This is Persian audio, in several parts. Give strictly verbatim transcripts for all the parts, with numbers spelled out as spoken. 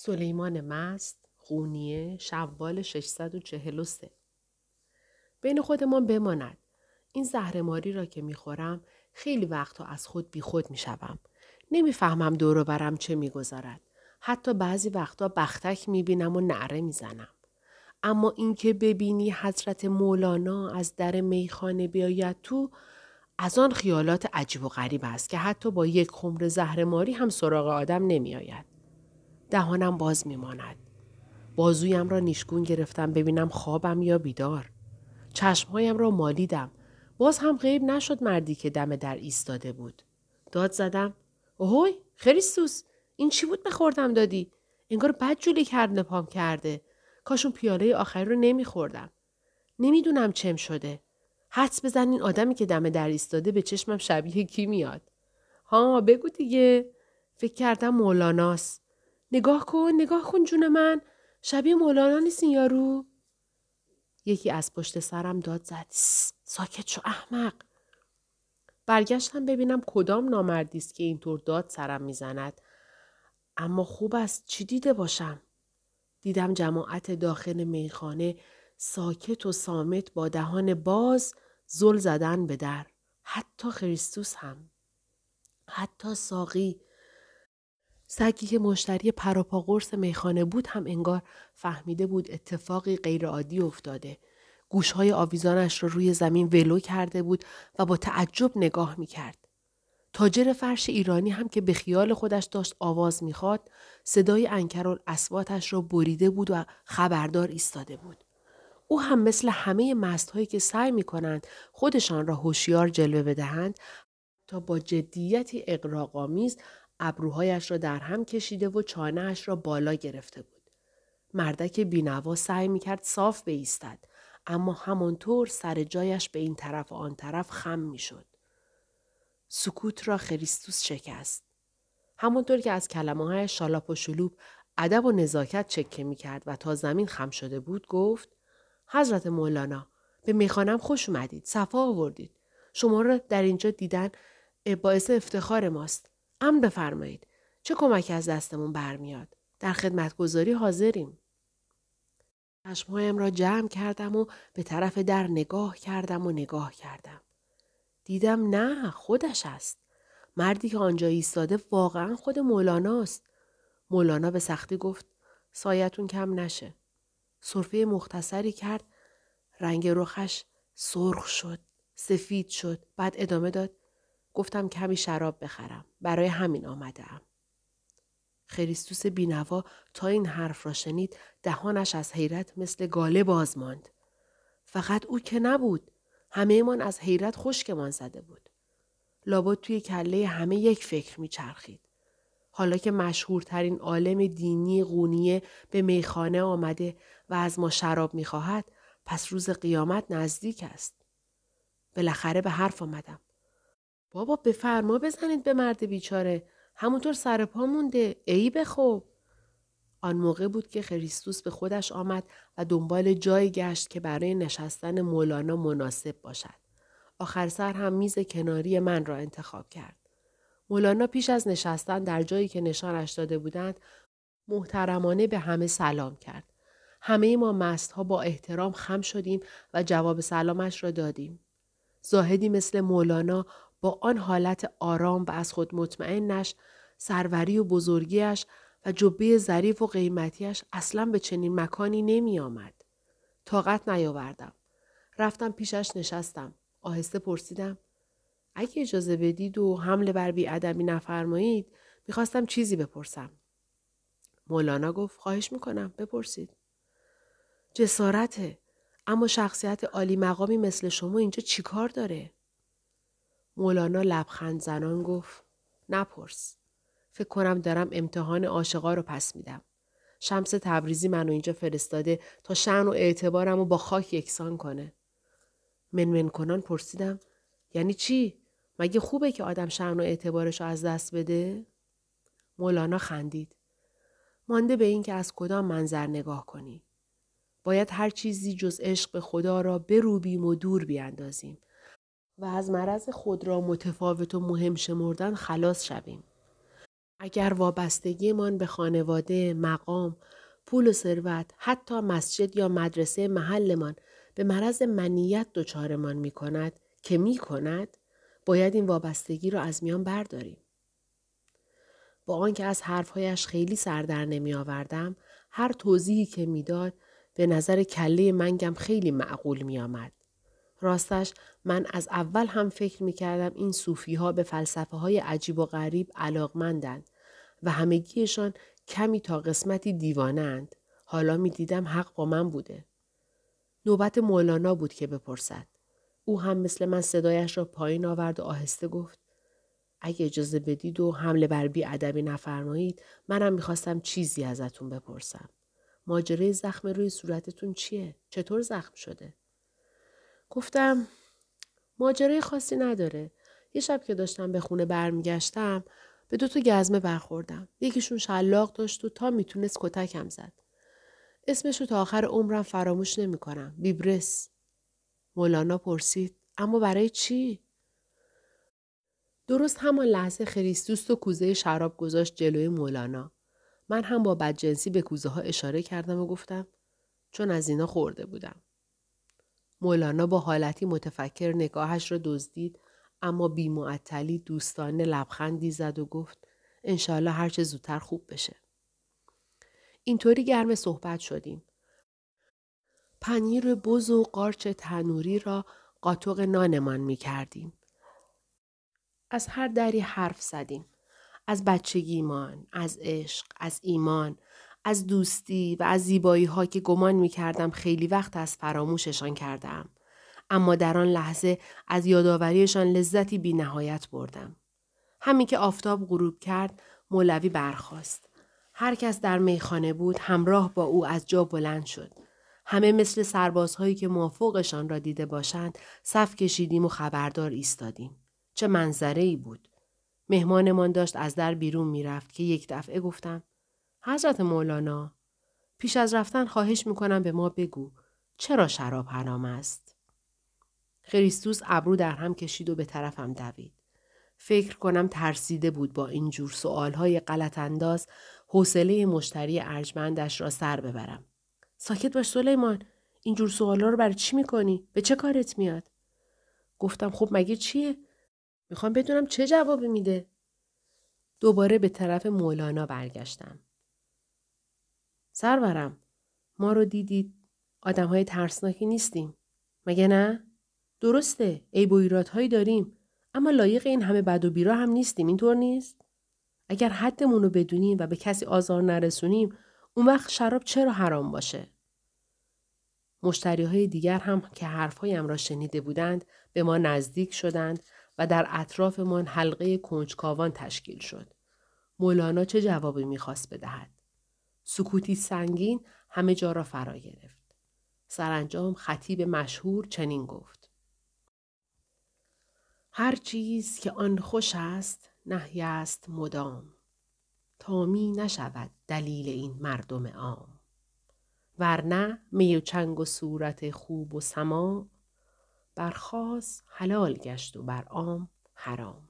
سلیمان مست، قونیه، شوال ششصد و چهل و سه. بین خودمان بماند. این زهرماری را که میخورم خیلی وقتا از خود بی خود میشوم. نمیفهمم دور و برم چه میگذارد. حتی بعضی وقتا بختک میبینم و نعره میزنم. اما اینکه ببینی حضرت مولانا از در میخانه بیاید تو، از آن خیالات عجیب و غریب است که حتی با یک خمر زهرماری هم سراغ آدم نمیآید. دهانم باز میماند. بازویم را نیشگون گرفتم ببینم خوابم یا بیدار. چشمهایم را مالیدم. باز هم غیب نشد مردی که دم در ایستاده بود. داد زدم. اوهوی خریستوس، این چی بود بخوردم دادی؟ انگار بد جولی کرد نپام کرده. کاشون پیاله آخری رو نمیخوردم. نمیدونم چم شده. حدس بزن این آدمی که دم در ایستاده به چشمم شبیه کی میاد؟ ها بگو دیگه. فکر کردم مولاناست. نگاه کن نگاه کن جون من. شبیه مولانا نیست این یارو؟ یکی از پشت سرم داد زد. ساکت شو احمق. برگشتم ببینم کدام نامردی است که اینطور داد سرم میزند. اما خوب است چی دیده باشم؟ دیدم جماعت داخل میخانه ساکت و صامت با دهان باز زل زدن به در. حتی خریستوس هم. حتی ساقی. سگی که مشتری پروپا قرص میخانه بود هم انگار فهمیده بود اتفاقی غیرعادی افتاده. گوشهای آویزانش را روی زمین ولو کرده بود و با تعجب نگاه میکرد. تاجر فرش ایرانی هم که به خیال خودش داشت آواز میخواد، صدای انکرالأصواتش را بریده بود و خبردار ایستاده بود. او هم مثل همه مستهایی که سعی میکنند خودشان را هوشیار جلوه بدهند، تا با جدیتی اغراق‌آمیز ابروهایش را در هم کشیده و چانه‌اش را بالا گرفته بود. مردک بینوا سعی میکرد صاف بایستد، اما همانطور سر جایش به این طرف و آن طرف خم میشد. سکوت را خریستوس شکست. همانطور که از کلمه‌های شالاپ و شلوپ ادب و نزاکت چکه میکرد و تا زمین خم شده بود گفت: حضرت مولانا، به میخانم خوش اومدید، صفا آوردید. شما را در اینجا دیدن باعث افتخار ماست. امر بفرمایید. چه کمکی از دستمون برمیاد؟ در خدمتگزاری حاضریم. چشمهایم را جمع کردم و به طرف در نگاه کردم و نگاه کردم. دیدم نه، خودش است. مردی که آنجا ایستاده واقعا خود مولاناست. مولانا به سختی گفت: سایتون کم نشه. سرفه مختصری کرد. رنگ رخش سرخ شد، سفید شد. بعد ادامه داد: گفتم کمی شراب بخرم. برای همین آمدم. خریستوس بینوا تا این حرف را شنید دهانش از حیرت مثل گاله باز ماند. فقط او که نبود. همه من از حیرت خشکمان زده بود. لابد توی کله همه یک فکر میچرخید. حالا که مشهورترین عالم دینی قونیه به میخانه آمده و از ما شراب میخواهد، پس روز قیامت نزدیک است. بالاخره به حرف آمدم. بابا بفرما بزنید به مرد بیچاره. همونطور سر پا مونده. ای بخوب. آن موقع بود که خریستوس به خودش آمد و دنبال جایی گشت که برای نشستن مولانا مناسب باشد. آخر سر هم میز کناری من را انتخاب کرد. مولانا پیش از نشستن در جایی که نشانش داده بودند محترمانه به همه سلام کرد. همه ما مستها با احترام خم شدیم و جواب سلامش را دادیم. زاهدی مثل مولانا با آن حالت آرام و از خود مطمئنش، سروری و بزرگیش و جبه ظریف و قیمتیش اصلا به چنین مکانی نمی آمد. طاقت نیاوردم. رفتم پیشش نشستم. آهسته پرسیدم: اگه اجازه بدید و حمله بر بی‌ادبی نفرمایید، میخواستم چیزی بپرسم. مولانا گفت: خواهش میکنم بپرسید. جسارته. اما شخصیت عالی مقامی مثل شما اینجا چی کار داره؟ مولانا لبخند زنان گفت: نپرس. فکر کنم دارم امتحان عاشقا رو پس میدم. شمس تبریزی منو اینجا فرستاده تا شأن و اعتبارم رو با خاک یکسان کنه. منمن کنان پرسیدم: یعنی چی؟ مگه خوبه که آدم شأن و اعتبارش رو از دست بده؟ مولانا خندید. مانده به این که از کدام منظر نگاه کنی. باید هر چیزی جز عشق به خدا را بروبیم و دور بیاندازیم و از مرض خود را متفاوت و مهم شمردن خلاص شویم. اگر وابستگیمان به خانواده، مقام، پول و ثروت، حتی مسجد یا مدرسه محلمان به مرض منیت دچارمان می کند که می کند، باید این وابستگی را از میان برداریم. با آنکه از حرفهایش خیلی سر در نمی آوردم، هر توضیحی که میداد به نظر کله منگم خیلی معقول می آمد. راستش من از اول هم فکر می کردم این صوفی ها به فلسفه های عجیب و غریب علاقمندند و همگیشان کمی تا قسمتی دیوانند. حالا می دیدم حق با من بوده. نوبت مولانا بود که بپرسد. او هم مثل من صدایش را پایین آورد و آهسته گفت: اگه اجازه بدید و حمله بر بی ادبی نفرمایید، منم میخواستم چیزی ازتون بپرسم. ماجرای زخم روی صورتتون چیه؟ چطور زخم شده؟ گفتم ماجرای خاصی نداره. یه شب که داشتم به خونه برمیگشتم به دو تا گزمه برخوردم. یکیشون شلاق داشت و تا میتونست کتکم زد. اسمشو تا آخر عمرم فراموش نمیکنم. بیبرس. مولانا پرسید: اما برای چی؟ درست همان لحظه خریستوس و کوزه شراب گذاشت جلوی مولانا. من هم با بدجنسی به کوزه ها اشاره کردم و گفتم: چون از اینا خورده بودم. مولانا با حالتی متفکر نگاهش را دزدید، اما بی معطلی دوستانه لبخندی زد و گفت: انشالله هرچه زودتر خوب بشه. اینطوری گرم صحبت شدیم. پنیر بز و قارچ تنوری را قاطق نانمان می کردیم. از هر دری حرف زدیم. از بچگیمان، از عشق، از ایمان، از دوستی و از زیبایی ها که گمان می کردم خیلی وقت از فراموششان کردم. اما در آن لحظه از یادآوریشان لذتی بی نهایت بردم. همین که آفتاب غروب کرد، مولوی برخاست. هر کس در میخانه بود همراه با او از جا بلند شد. همه مثل سربازهایی که موافقشان را دیده باشند صف کشیدیم و خبردار ایستادیم. چه منظره‌ای بود. مهمانمان داشت از در بیرون می رفت که یک دفعه گفتم: حضرت مولانا، پیش از رفتن خواهش می کنم به ما بگو چرا شراب حرام است؟ خریستوس ابرو در هم کشید و به طرفم دوید. فکر کنم ترسیده بود با این جور سؤالهای غلط انداز حوصله مشتری ارجمندش را سر ببرم. ساکت باش سلیمان، این جور سوالا رو برای چی میکنی؟ به چه کارت میاد؟ گفتم خب مگه چیه؟ میخوام بدونم چه جوابی میده. دوباره به طرف مولانا برگشتم. سرورم، ما رو دیدید آدمهای ترسناکی نیستیم. مگه نه؟ درسته، عیب و ایرادهایی داریم، اما لایق این همه بد و بیرا هم نیستیم، اینطور نیست؟ اگر حدمون رو بدونیم و به کسی آزار نرسونیم، اون وقت شراب چرا حرام باشه؟ مشتریهای دیگر هم که حرفهایم را شنیده بودند به ما نزدیک شدند و در اطرافمان حلقه کنجکاوان تشکیل شد. مولانا چه جوابی میخواست بدهد؟ سکوتی سنگین همه جا را فرا گرفت. سرانجام خطیب مشهور چنین گفت: هر چیز که آن خوش است نهی است مدام، تا می نشود دلیل این مردم عام. ورنه می و چنگ و صورت خوب و سماع، بر خاص حلال گشت و بر عام حرام.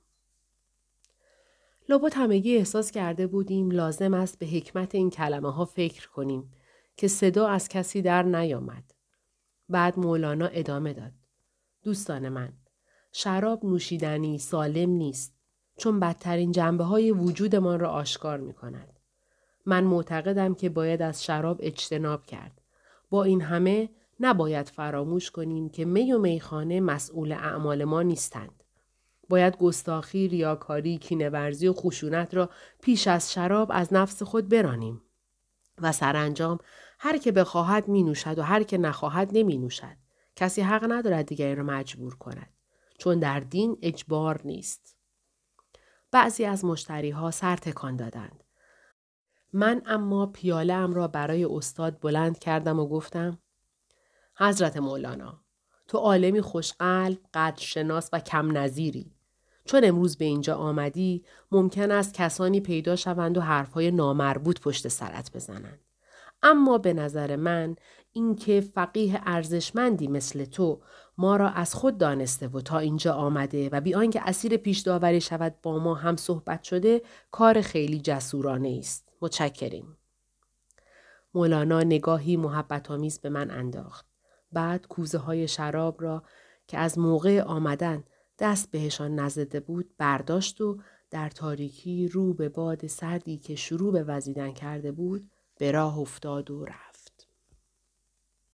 لابد همگی احساس کرده بودیم لازم است به حکمت این کلمه ها فکر کنیم که صدا از کسی در نیامد. بعد مولانا ادامه داد: دوستان من، شراب نوشیدنی سالم نیست، چون بدترین جنبه های وجودمان را آشکار می کند. من معتقدم که باید از شراب اجتناب کرد. با این همه نباید فراموش کنیم که می و میخانه مسئول اعمال ما نیستند. باید گستاخی، ریاکاری، کینه‌ورزی و خشونت را پیش از شراب از نفس خود برانیم. و سرانجام هر که بخواهد می نوشد و هر که نخواهد نمی نوشد. کسی حق ندارد دیگری را مجبور کند. چون در دین اجبار نیست. بعضی از مشتری ها سر تکان دادند. من اما پیاله ام را برای استاد بلند کردم و گفتم: حضرت مولانا، تو عالمی خوشقلب، قدرشناس و کم نظیری. چون امروز به اینجا آمدی، ممکن است کسانی پیدا شوند و حرفهای نامربوط پشت سرت بزنند. اما به نظر من این که فقیه ارزشمندی مثل تو ما را از خود دانسته و تا اینجا آمده و بی آنکه اسیر پیش داوری شود با ما هم صحبت شده کار خیلی جسورانه است. متشکریم. مولانا نگاهی محبت آمیز به من انداخت. بعد کوزه های شراب را که از موقع آمدن دست بهشان نزده بود برداشت و در تاریکی رو به باد سردی که شروع به وزیدن کرده بود به راه افتاد و رفت.